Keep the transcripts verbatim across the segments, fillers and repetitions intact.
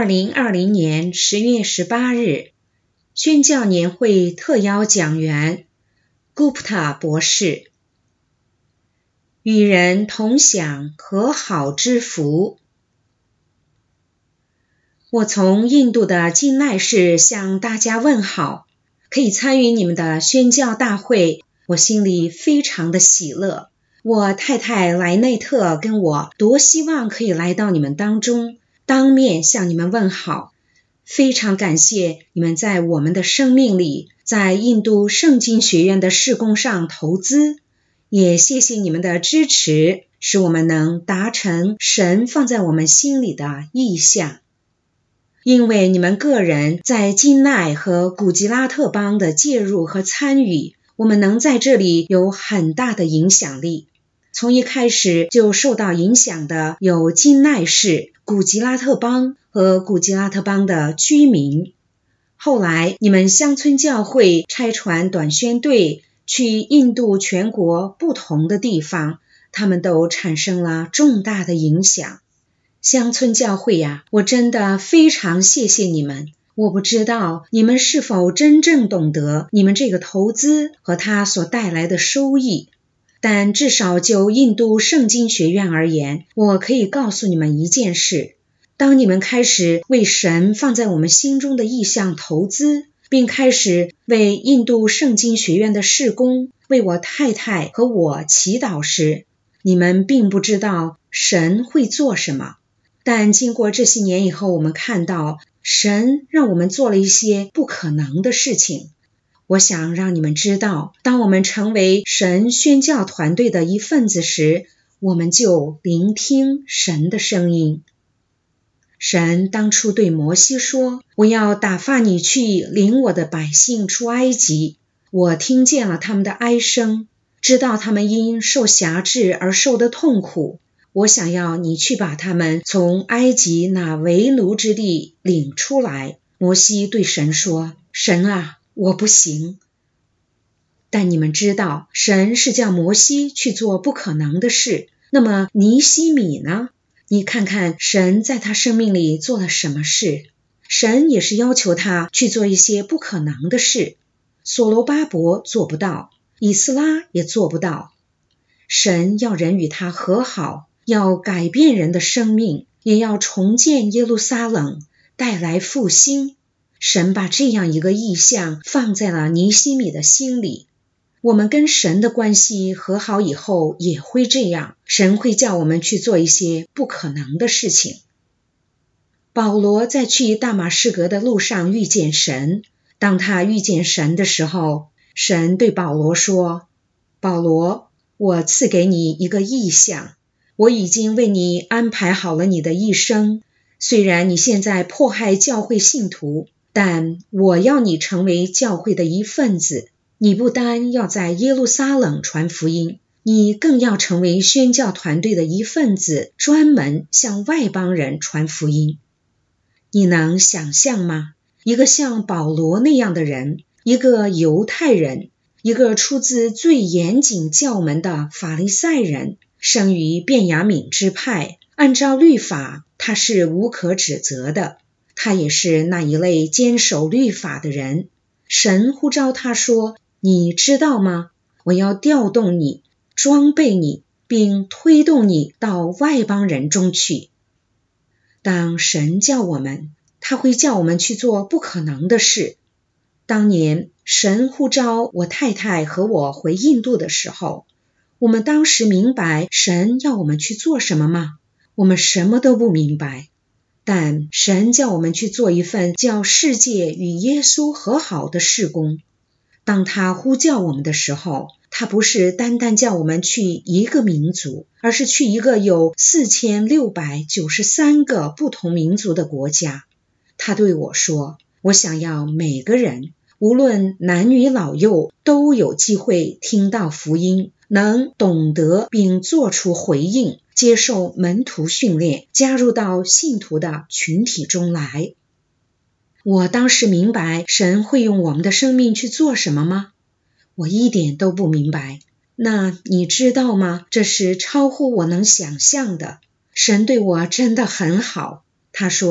二零二零年十月十八日，宣教年会特邀讲员 Gupta 博士。与人同享和好之福。我从印度的金奈市向大家问好，可以参与你们的宣教大会，我心里非常的喜乐。我太太莱内特跟我多希望可以来到你们当中，当面向你们问好。非常感谢你们在我们的生命里，在印度圣经学院的事工上投资，也谢谢你们的支持，使我们能达成神放在我们心里的意向。因为你们个人在金奈和古吉拉特邦的介入和参与，我们能在这里有很大的影响力。从一开始就受到影响的有金奈市、古吉拉特邦和古吉拉特邦的居民。后来你们乡村教会差传短宣队去印度全国不同的地方，他们都产生了重大的影响。乡村教会呀，我真的非常谢谢你们。我不知道你们是否真正懂得你们这个投资和它所带来的收益，但至少就印度圣经学院而言，我可以告诉你们一件事：当你们开始为神放在我们心中的意向投资，并开始为印度圣经学院的事工，为我太太和我祈祷时，你们并不知道神会做什么。但经过这些年以后，我们看到神让我们做了一些不可能的事情。我想让你们知道，当我们成为神宣教团队的一份子时，我们就聆听神的声音。神当初对摩西说，我要打发你去领我的百姓出埃及。我听见了他们的哀声，知道他们因受辖制而受的痛苦。我想要你去把他们从埃及那为奴之地领出来。摩西对神说，神啊，我不行。但你们知道，神是叫摩西去做不可能的事。那么尼西米呢？你看看神在他生命里做了什么事。神也是要求他去做一些不可能的事。所罗巴伯做不到，以斯拉也做不到。神要人与他和好，要改变人的生命，也要重建耶路撒冷，带来复兴。神把这样一个意象放在了尼西米的心里。我们跟神的关系和好以后也会这样，神会叫我们去做一些不可能的事情。保罗在去大马士革的路上遇见神，当他遇见神的时候，神对保罗说，保罗，我赐给你一个意象，我已经为你安排好了你的一生。虽然你现在迫害教会信徒，但我要你成为教会的一份子。你不单要在耶路撒冷传福音，你更要成为宣教团队的一份子，专门向外邦人传福音。你能想象吗？一个像保罗那样的人，一个犹太人，一个出自最严谨教门的法利赛人，生于便雅悯支派，按照律法，他是无可指责的。他也是那一类坚守律法的人。神呼召他说，你知道吗？我要调动你，装备你，并推动你到外邦人中去。当神叫我们，他会叫我们去做不可能的事。当年神呼召我太太和我回印度的时候，我们当时明白神要我们去做什么吗？我们什么都不明白。但神叫我们去做一份叫世界与耶稣和好的事工。当他呼叫我们的时候，他不是单单叫我们去一个民族，而是去一个有四千六百九十三个不同民族的国家。他对我说，我想要每个人，无论男女老幼，都有机会听到福音，能懂得并做出回应，接受门徒训练，加入到信徒的群体中来。我当时明白神会用我们的生命去做什么吗？我一点都不明白。那你知道吗？这是超乎我能想象的。神对我真的很好。他说，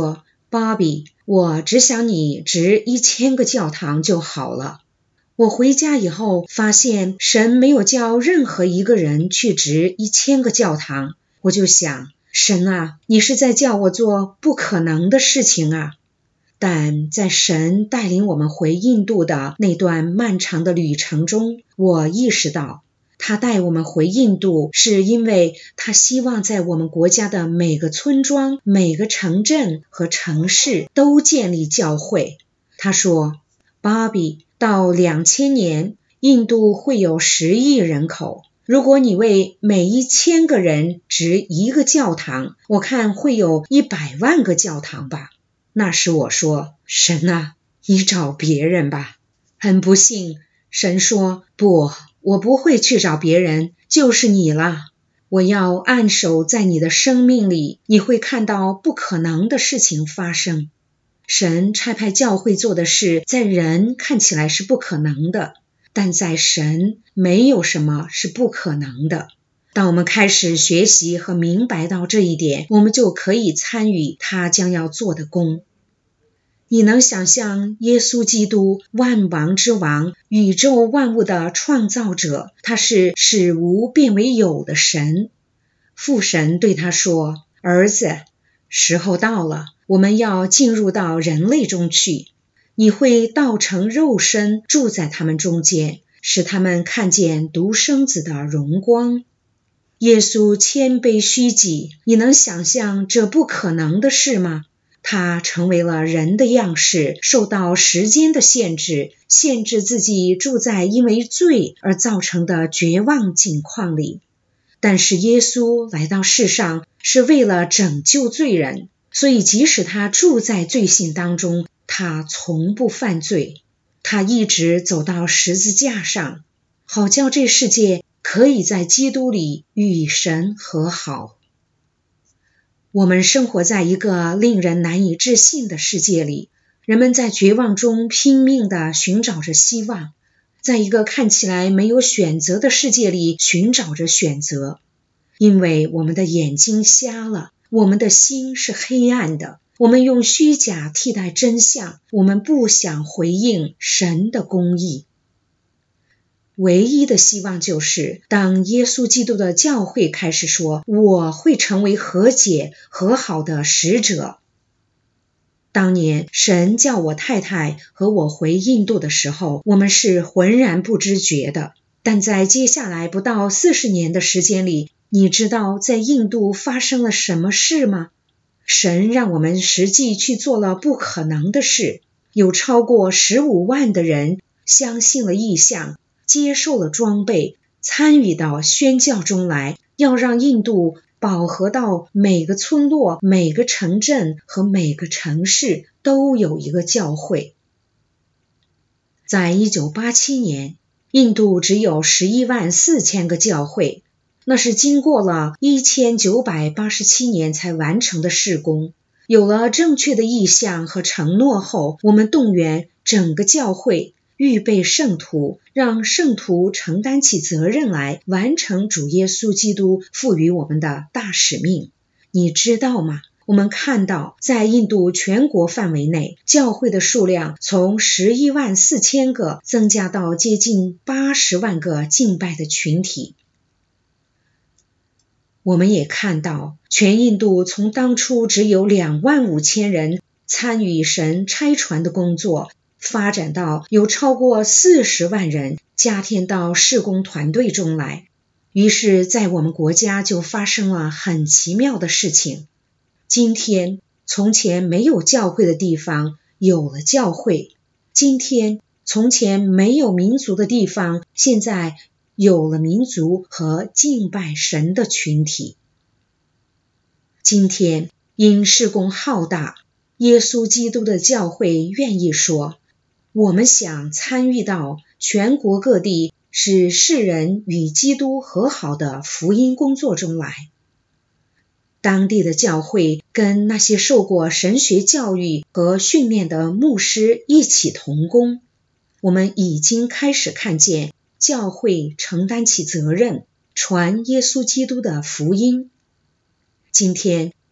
芭比，我只想你植一千个教堂就好了。我回家以后发现神没有叫任何一个人去植一千个教堂，我就想，神啊，你是在叫我做不可能的事情啊。但在神带领我们回印度的那段漫长的旅程中，我意识到他带我们回印度是因为他希望在我们国家的每个村庄、每个城镇和城市都建立教会。他说，芭比，到两千年，印度会有十亿人口。如果你为每一千个人植一个教堂，我看会有一百万个教堂吧。那时我说，神啊，你找别人吧。很不幸，神说，不，我不会去找别人，就是你了。我要按手在你的生命里，你会看到不可能的事情发生。神差派教会做的事，在人看起来是不可能的，但在神没有什么是不可能的。当我们开始学习和明白到这一点，我们就可以参与他将要做的工。你能想象耶稣基督，万王之王，宇宙万物的创造者，他是使无变为有的神。父神对他说，儿子，时候到了，我们要进入到人类中去，你会道成肉身，住在他们中间，使他们看见独生子的荣光。耶稣谦卑虚己，你能想象这不可能的事吗？他成为了人的样式，受到时间的限制，限制自己住在因为罪而造成的绝望境况里。但是耶稣来到世上是为了拯救罪人，所以即使他住在罪性当中，他从不犯罪。他一直走到十字架上，好叫这世界可以在基督里与神和好。我们生活在一个令人难以置信的世界里，人们在绝望中拼命地寻找着希望，在一个看起来没有选择的世界里寻找着选择。因为我们的眼睛瞎了，我们的心是黑暗的，我们用虚假替代真相，我们不想回应神的公义。唯一的希望就是，当耶稣基督的教会开始说，我会成为和解和好的使者。当年神叫我太太和我回印度的时候，我们是浑然不知觉的。但在接下来不到四十年的时间里，你知道在印度发生了什么事吗？神让我们实际去做了不可能的事，有超过十五万的人相信了异象，接受了装备，参与到宣教中来，要让印度饱和到每个村落、每个城镇和每个城市都有一个教会。在一九八七年，印度只有十一万四千个教会，那是经过了一千九百八十七年才完成的事工。有了正确的意向和承诺后，我们动员整个教会，预备圣徒，让圣徒承担起责任来，完成主耶稣基督赋予我们的大使命。你知道吗？我们看到在印度全国范围内，教会的数量从十一万四千个增加到接近八十万个敬拜的群体。我们也看到，全印度从当初只有两万五千人参与神差传的工作，发展到有超过四十万人加添到事工团队中来。于是在我们国家就发生了很奇妙的事情。今天从前没有教会的地方有了教会，今天从前没有民族的地方现在有了民族和敬拜神的群体。今天因事工浩大，耶稣基督的教会愿意说，我们想参与到全国各地使世人与基督和好的福音工作中来。当地的教会跟那些受过神学教育和训练的牧师一起同工。我们已经开始看见教会承担起责任，传耶稣基督的福音。今天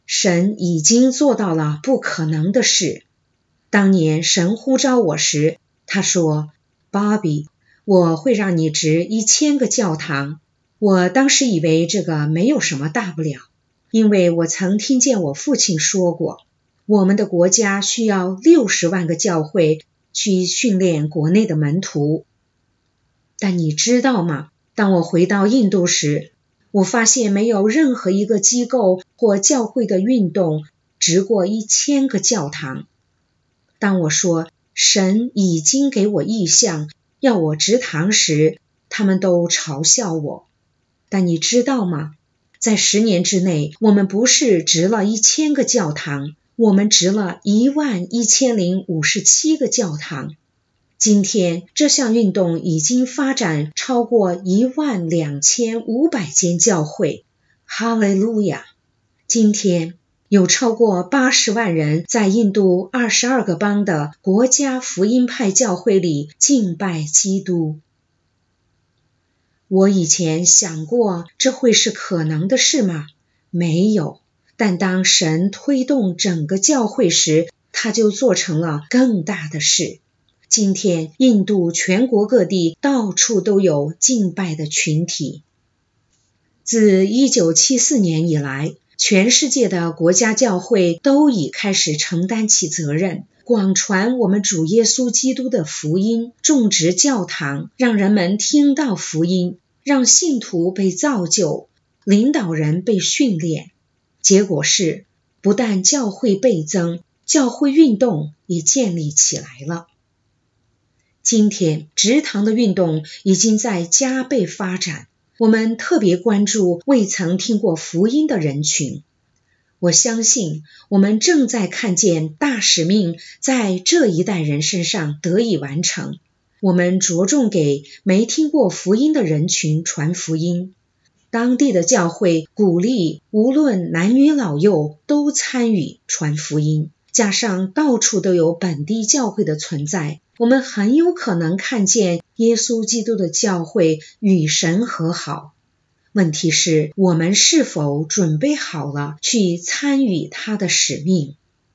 神已经做到了不可能的事。当年神呼召我时，他说，芭比，我会让你植一千个教堂。我当时以为这个没有什么大不了，因为我曾听见我父亲说过，我们的国家需要六十万个教会去训练国内的门徒。但你知道吗？当我回到印度时，我发现没有任何一个机构或教会的运动植过一千个教堂。当我说神已经给我意象要我植堂时，他们都嘲笑我。但你知道吗？在十年之内，我们不是植了一千个教堂，我们植了一万一千零五十七个教堂。今天这项运动已经发展超过一万两千五百间教会。哈利路亚！今天有超过八十万人在印度二十二个邦的国家福音派教会里敬拜基督。我以前想过这会是可能的事吗？没有。但当神推动整个教会时，他就做成了更大的事。今天印度全国各地到处都有敬拜的群体。自一九七四年以来，全世界的国家教会都已开始承担起责任，广传我们主耶稣基督的福音，种植教堂，让人们听到福音，让信徒被造就，领导人被训练。结果是，不但教会倍增，教会运动也建立起来了。今天植堂的运动已经在加倍发展，我们特别关注未曾听过福音的人群。我相信我们正在看见大使命在这一代人身上得以完成。我们着重给没听过福音的人群传福音。当地的教会鼓励无论男女老幼都参与传福音，加上到处都有本地教会的存在，我们很有可能看见耶稣基督的教会与神和好。问题是，我们是否准备好了去参与他的使命？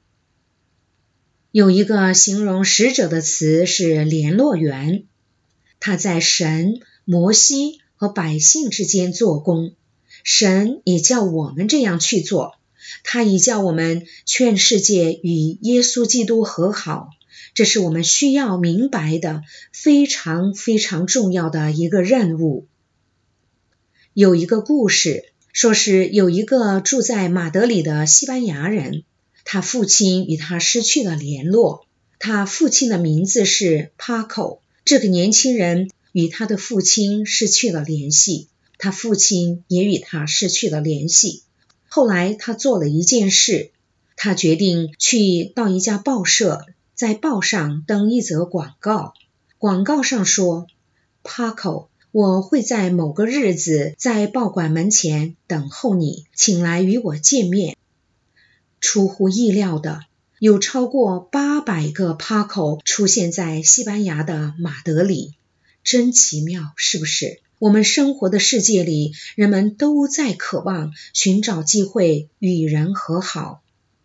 有一个形容使者的词是联络员，他在神、摩西和百姓之间做工。神也叫我们这样去做，他已叫我们劝世界与耶稣基督和好，这是我们需要明白的非常非常重要的一个任务。有一个故事，说是有一个住在马德里的西班牙人，他父亲与他失去了联络。他父亲的名字是 Paco， 这个年轻人与他的父亲失去了联系，他父亲也与他失去了联系。后来他做了一件事，他决定去到一家报社，在报上登一则广告。广告上说， Paco， 我会在某个日子在报馆门前等候你，请来与我见面。出乎意料的，有超过八百个 Paco 出现在西班牙的马德里。真奇妙，是不是？我们生活的世界里，人们都在渴望寻找机会与人和好。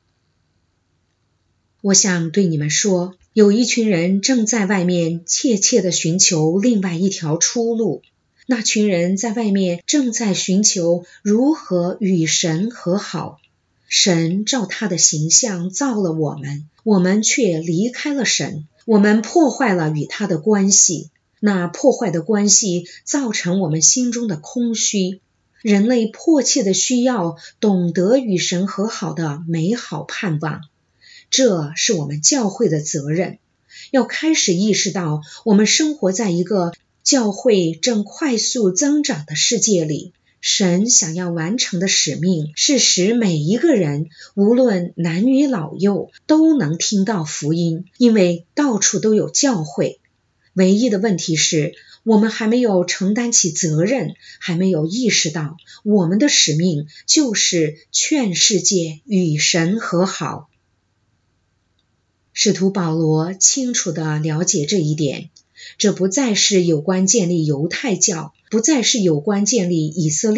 我想对你们说，有一群人正在外面切切地寻求另外一条出路。那群人在外面正在寻求如何与神和好。神照他的形象造了我们，我们却离开了神，我们破坏了与他的关系。那破坏的关系造成我们心中的空虚。人类迫切的需要懂得与神和好的美好盼望。这是我们教会的责任，要开始意识到我们生活在一个教会正快速增长的世界里。神想要完成的使命是使每一个人，无论男女老幼，都能听到福音，因为到处都有教会。唯一的问题是，我们还没有承担起责任，还没有意识到我们的使命就是劝世界与神和好。使徒保罗清楚地了解这一点，这不再是有关建立犹太教，不再是有关建立以色列，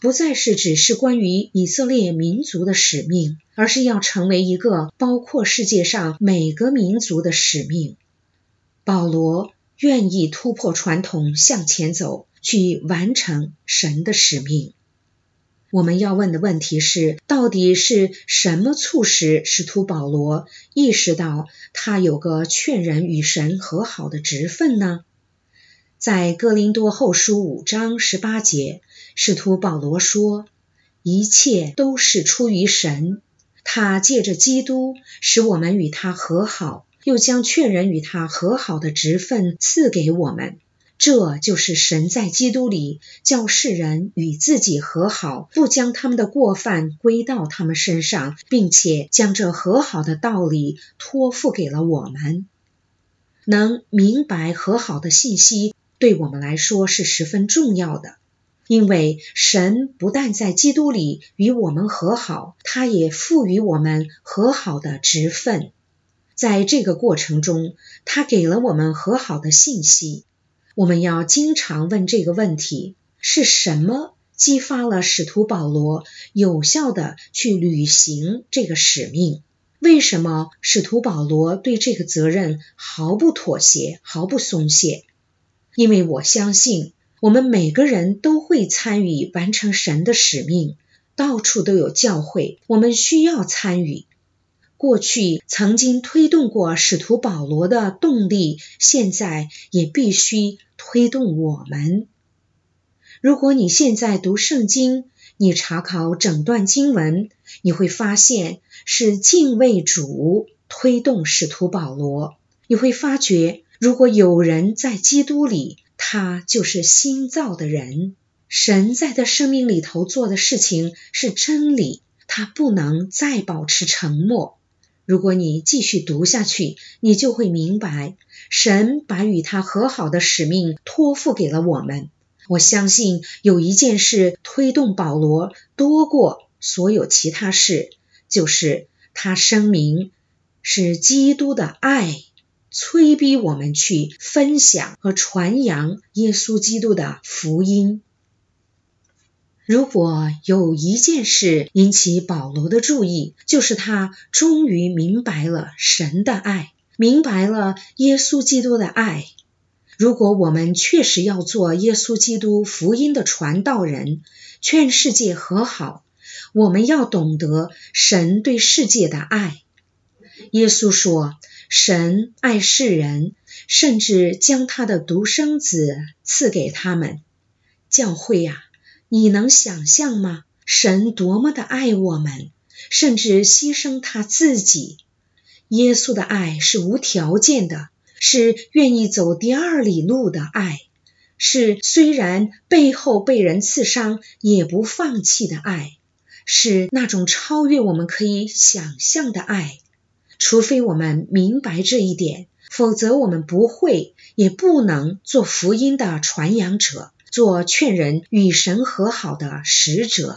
不再是只是关于以色列民族的使命，而是要成为一个包括世界上每个民族的使命。保罗愿意突破传统向前走，去完成神的使命。我们要问的问题是，到底是什么促使使徒保罗意识到他有个劝人与神和好的职分呢？在哥林多后书五章十八节，使徒保罗说，一切都是出于神，他借着基督使我们与他和好，又将劝人与他和好的职分赐给我们。这就是神在基督里叫世人与自己和好，不将他们的过犯归到他们身上，并且将这和好的道理托付给了我们。能明白和好的信息对我们来说是十分重要的，因为神不但在基督里与我们和好，他也赋予我们和好的职分。在这个过程中，他给了我们和好的信息。我们要经常问这个问题，是什么激发了使徒保罗有效地去履行这个使命？为什么使徒保罗对这个责任毫不妥协，毫不松懈？因为我相信我们每个人都会参与完成神的使命，到处都有教会，我们需要参与。过去曾经推动过使徒保罗的动力，现在也必须推动我们。如果你现在读圣经，你查考整段经文，你会发现是敬畏主推动使徒保罗。你会发觉，如果有人在基督里，他就是新造的人。神在他生命里头做的事情是真理，他不能再保持沉默。如果你继续读下去，你就会明白，神把与他和好的使命托付给了我们。我相信有一件事推动保罗多过所有其他事，就是他声明是基督的爱催逼我们去分享和传扬耶稣基督的福音。如果有一件事引起保罗的注意，就是他终于明白了神的爱，明白了耶稣基督的爱。如果我们确实要做耶稣基督福音的传道人，劝世界和好，我们要懂得神对世界的爱。耶稣说，神爱世人，甚至将他的独生子赐给他们。教会啊，你能想象吗？神多么的爱我们，甚至牺牲他自己。耶稣的爱是无条件的，是愿意走第二里路的爱，是虽然背后被人刺伤也不放弃的爱，是那种超越我们可以想象的爱。除非我们明白这一点，否则我们不会也不能做福音的传扬者，做劝人与神和好的使者。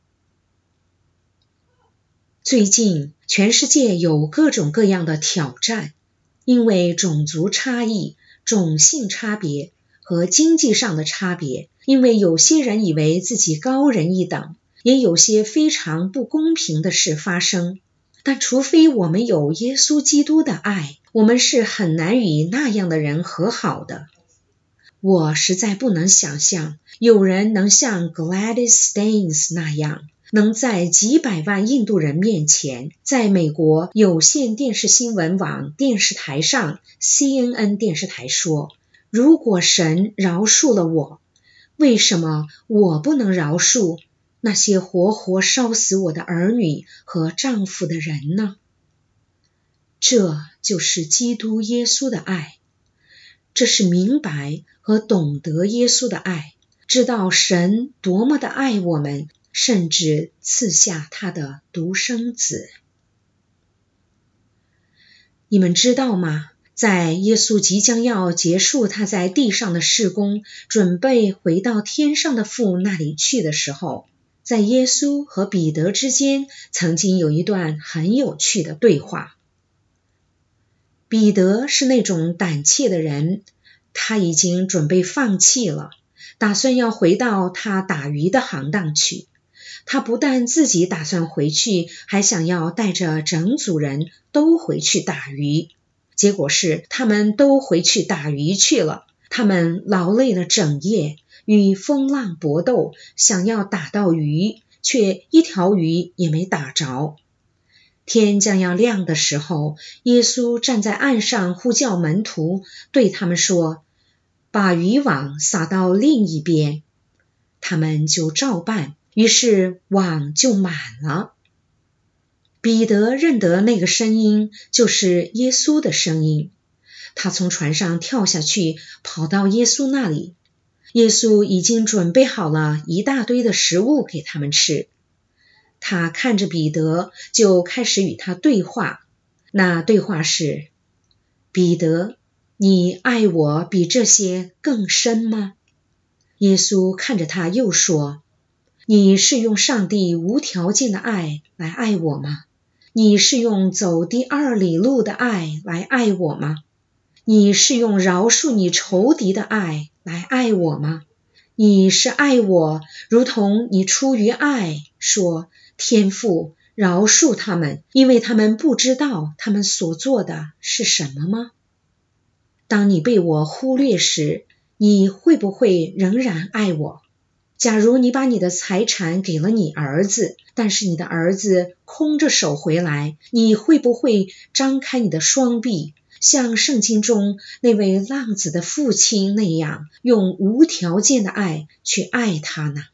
最近全世界有各种各样的挑战，因为种族差异、种姓差别和经济上的差别，因为有些人以为自己高人一等，也有些非常不公平的事发生。但除非我们有耶稣基督的爱，我们是很难与那样的人和好的。我实在不能想象有人能像 Gladys Staines 那样，能在几百万印度人面前，在美国有线电视新闻网电视台上 C N N 电视台说，如果神饶恕了我，为什么我不能饶恕那些活活烧死我的儿女和丈夫的人呢？这就是基督耶稣的爱，这是明白和懂得耶稣的爱，知道神多么的爱我们，甚至赐下他的独生子。你们知道吗？在耶稣即将要结束他在地上的事工，准备回到天上的父那里去的时候，在耶稣和彼得之间曾经有一段很有趣的对话。彼得是那种胆怯的人，他已经准备放弃了， 打算要回到他打鱼的行当去。他不但自己打算回去，还想要带着整组人都回去打鱼。结果是他们都回去打鱼去了，他们劳累了整夜，与风浪搏斗，想要打到鱼，却一条鱼也没打着。天将要亮的时候，耶稣站在岸上呼叫门徒，对他们说：把渔网撒到另一边。他们就照办，于是网就满了。彼得认得那个声音就是耶稣的声音，他从船上跳下去，跑到耶稣那里。耶稣已经准备好了一大堆的食物给他们吃。他看着彼得，就开始与他对话。那对话是：彼得，你爱我比这些更深吗？耶稣看着他又说：你是用上帝无条件的爱来爱我吗？你是用走第二里路的爱来爱我吗？你是用饶恕你仇敌的爱来爱我吗？你是爱我，如同你出于爱说：天父，饶恕他们，因为他们不知道他们所做的是什么吗？当你被我忽略时，你会不会仍然爱我？假如你把你的财产给了你儿子，但是你的儿子空着手回来，你会不会张开你的双臂，像圣经中那位浪子的父亲那样，用无条件的爱去爱他呢？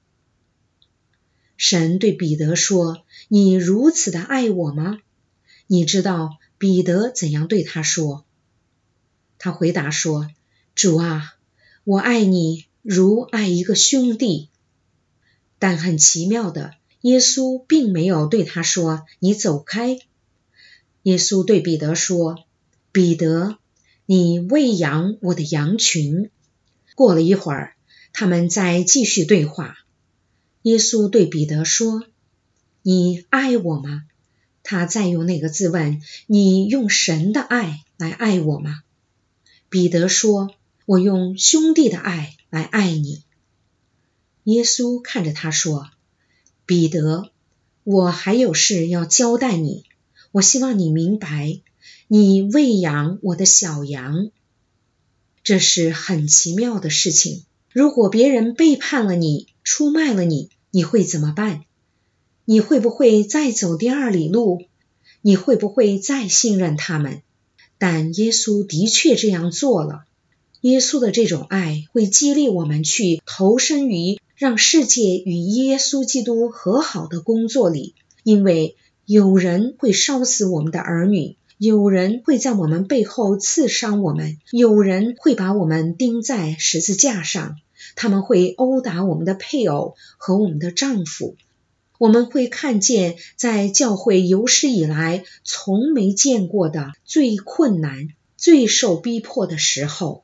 神对彼得说：你如此的爱我吗？你知道彼得怎样对他说？他回答说：主啊，我爱你如爱一个兄弟。但很奇妙的，耶稣并没有对他说：你走开。耶稣对彼得说：彼得，你喂养我的羊群。过了一会儿，他们再继续对话。耶稣对彼得说：你爱我吗？他再用那个字问：你用神的爱来爱我吗？彼得说：我用兄弟的爱来爱你。耶稣看着他说：彼得，我还有事要交代你，我希望你明白，你喂养我的小羊。这是很奇妙的事情。如果别人背叛了你，出卖了你，你会怎么办？你会不会再走第二里路？你会不会再信任他们？但耶稣的确这样做了。耶稣的这种爱会激励我们去投身于让世界与耶稣基督和好的工作里，因为有人会烧死我们的儿女，有人会在我们背后刺伤我们，有人会把我们钉在十字架上，他们会殴打我们的配偶和我们的丈夫。我们会看见在教会有史以来从没见过的最困难、最受逼迫的时候。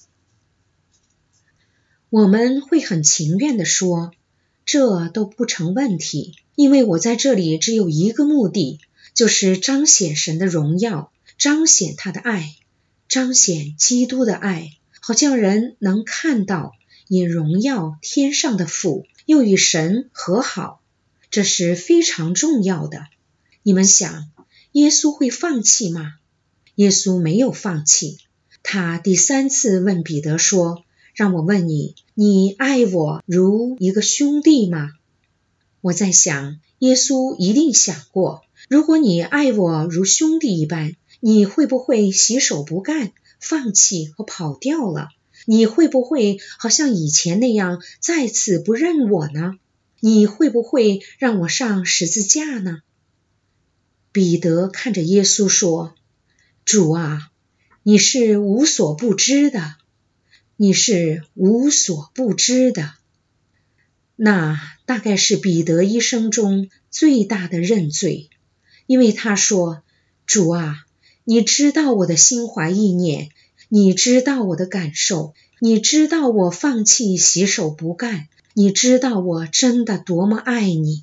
我们会很情愿地说，这都不成问题，因为我在这里只有一个目的，就是彰显神的荣耀，彰显他的爱，彰显基督的爱，好叫人能看到，也荣耀天上的父，又与神和好。这是非常重要的。你们想，耶稣会放弃吗？耶稣没有放弃。他第三次问彼得说：让我问你，你爱我如一个兄弟吗？我在想，耶稣一定想过，如果你爱我如兄弟一般，你会不会洗手不干，放弃和跑掉了？你会不会好像以前那样再次不认我呢？你会不会让我上十字架呢？彼得看着耶稣说：主啊，你是无所不知的，你是无所不知的。那大概是彼得一生中最大的认罪，因为他说：主啊，你知道我的心怀意念，你知道我的感受，你知道我放弃洗手不干，你知道我真的多么爱你。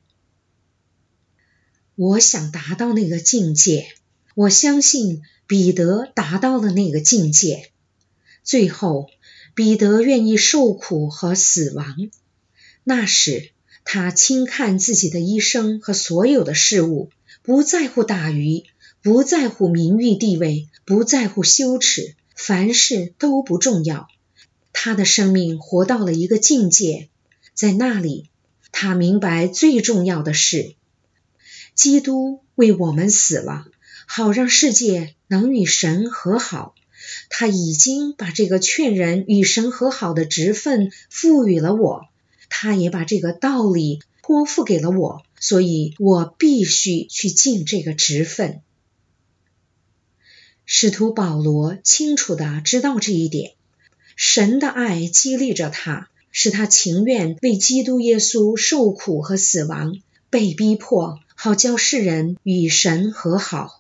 我想达到那个境界，我相信彼得达到了那个境界。最后， 彼得愿意受苦和死亡。那时他轻看自己的一生和所有的事物，不在乎大鱼，不在乎名誉地位，不在乎羞耻，凡事都不重要。他的生命活到了一个境界，在那里他明白最重要的是，基督为我们死了，好让世界能与神和好。他已经把这个劝人与神和好的职分赋予了我，他也把这个道理托付给了我，所以我必须去尽这个职分。使徒保罗清楚地知道这一点，神的爱激励着他，使他情愿为基督耶稣受苦和死亡，被逼迫，好叫世人与神和好。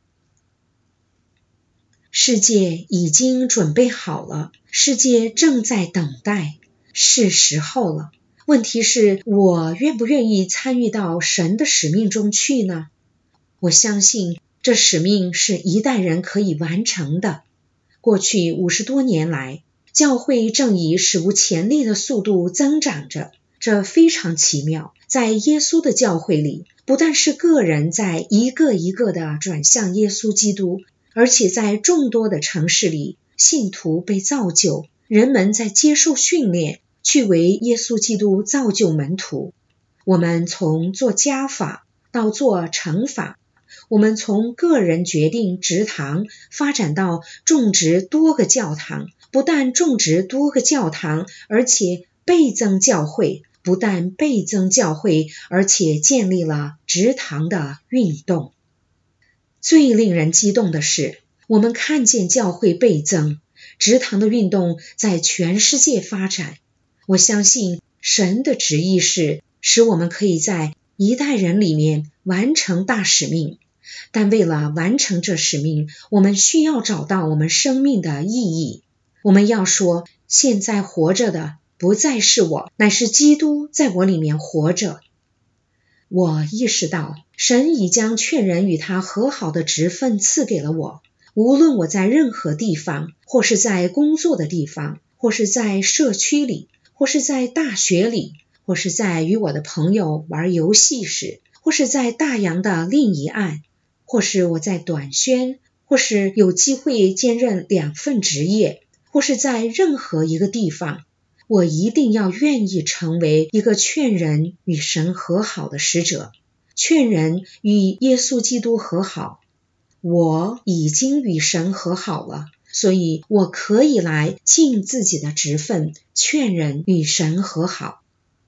世界已经准备好了，世界正在等待，是时候了。问题是，我愿不愿意参与到神的使命中去呢？我相信这使命是一代人可以完成的。过去五十多年来，教会正以史无前例的速度增长着，这非常奇妙。在耶稣的教会里，不但是个人在一个一个地转向耶稣基督，而且在众多的城市里，信徒被造就，人们在接受训练，去为耶稣基督造就门徒。我们从做家法到做乘法，我们从个人决定植堂发展到种植多个教堂，不但种植多个教堂，而且倍增教会，不但倍增教会，而且建立了植堂的运动。最令人激动的是，我们看见教会倍增，植堂的运动在全世界发展。我相信神的旨意是使我们可以在一代人里面完成大使命，但为了完成这使命，我们需要找到我们生命的意义。我们要说，现在活着的不再是我，乃是基督在我里面活着。我意识到，神已将劝人与他和好的职分赐给了我，无论我在任何地方，或是在工作的地方，或是在社区里，或是在大学里，或是在与我的朋友玩游戏时，或是在大洋的另一岸，或是我在短宣，或是有机会兼任两份职业，或是在任何一个地方，我一定要愿意成为一个劝人与神和好的使者，劝人与耶稣基督和好。我已经与神和好了，所以我可以来尽自己的职分，劝人与神和好。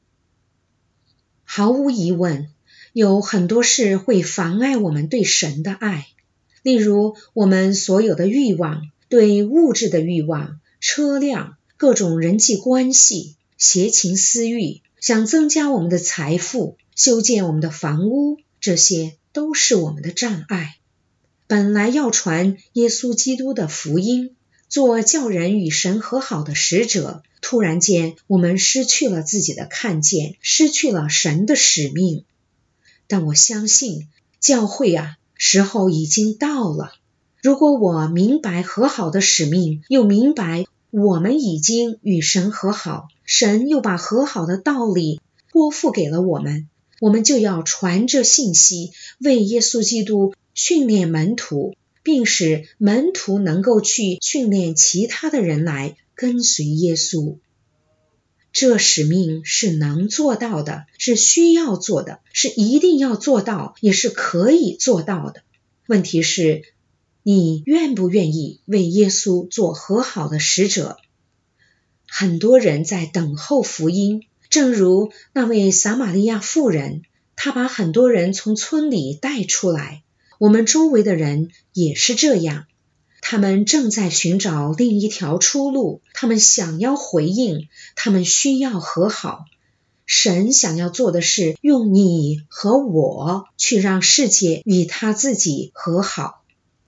毫无疑问，有很多事会妨碍我们对神的爱，例如我们所有的欲望，对物质的欲望、车辆、各种人际关系、邪情私欲，想增加我们的财富、修建我们的房屋，这些都是我们的障碍。本来要传耶稣基督的福音，做叫人与神和好的使者，突然间我们失去了自己的看见，失去了神的使命。但我相信教会啊，时候已经到了。如果我明白和好的使命，又明白我们已经与神和好，神又把和好的道理托付给了我们，我们就要传这信息，为耶稣基督训练门徒，并使门徒能够去训练其他的人来跟随耶稣。这使命是能做到的，是需要做的，是一定要做到，也是可以做到的。问题是，你愿不愿意为耶稣做和好的使者？很多人在等候福音，正如那位撒玛利亚妇人，她把很多人从村里带出来。我们周围的人也是这样，他们正在寻找另一条出路，他们想要回应，他们需要和好。神想要做的是用你和我去让世界与他自己和好。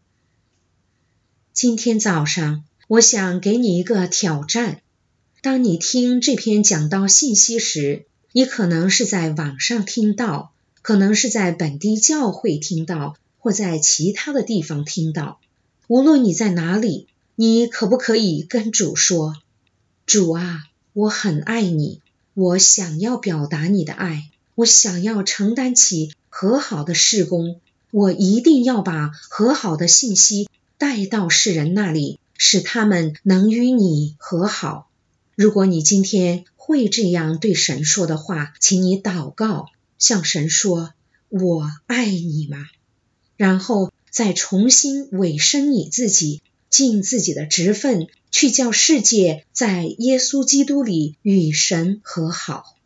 今天早上，我想给你一个挑战。当你听这篇讲道信息时，你可能是在网上听到，可能是在本地教会听到，或在其他的地方听到。无论你在哪里，你可不可以跟主说， 主啊，我很爱你，我想要表达你的爱，我想要承担起和好的事工，我一定要把和好的信息带到世人那里，使他们能与你和好。如果你今天会这样对神说的话，请你祷告，向神说，我爱你吗？然后再重新委身你自己，尽自己的职分，去叫世界在耶稣基督里与神和好。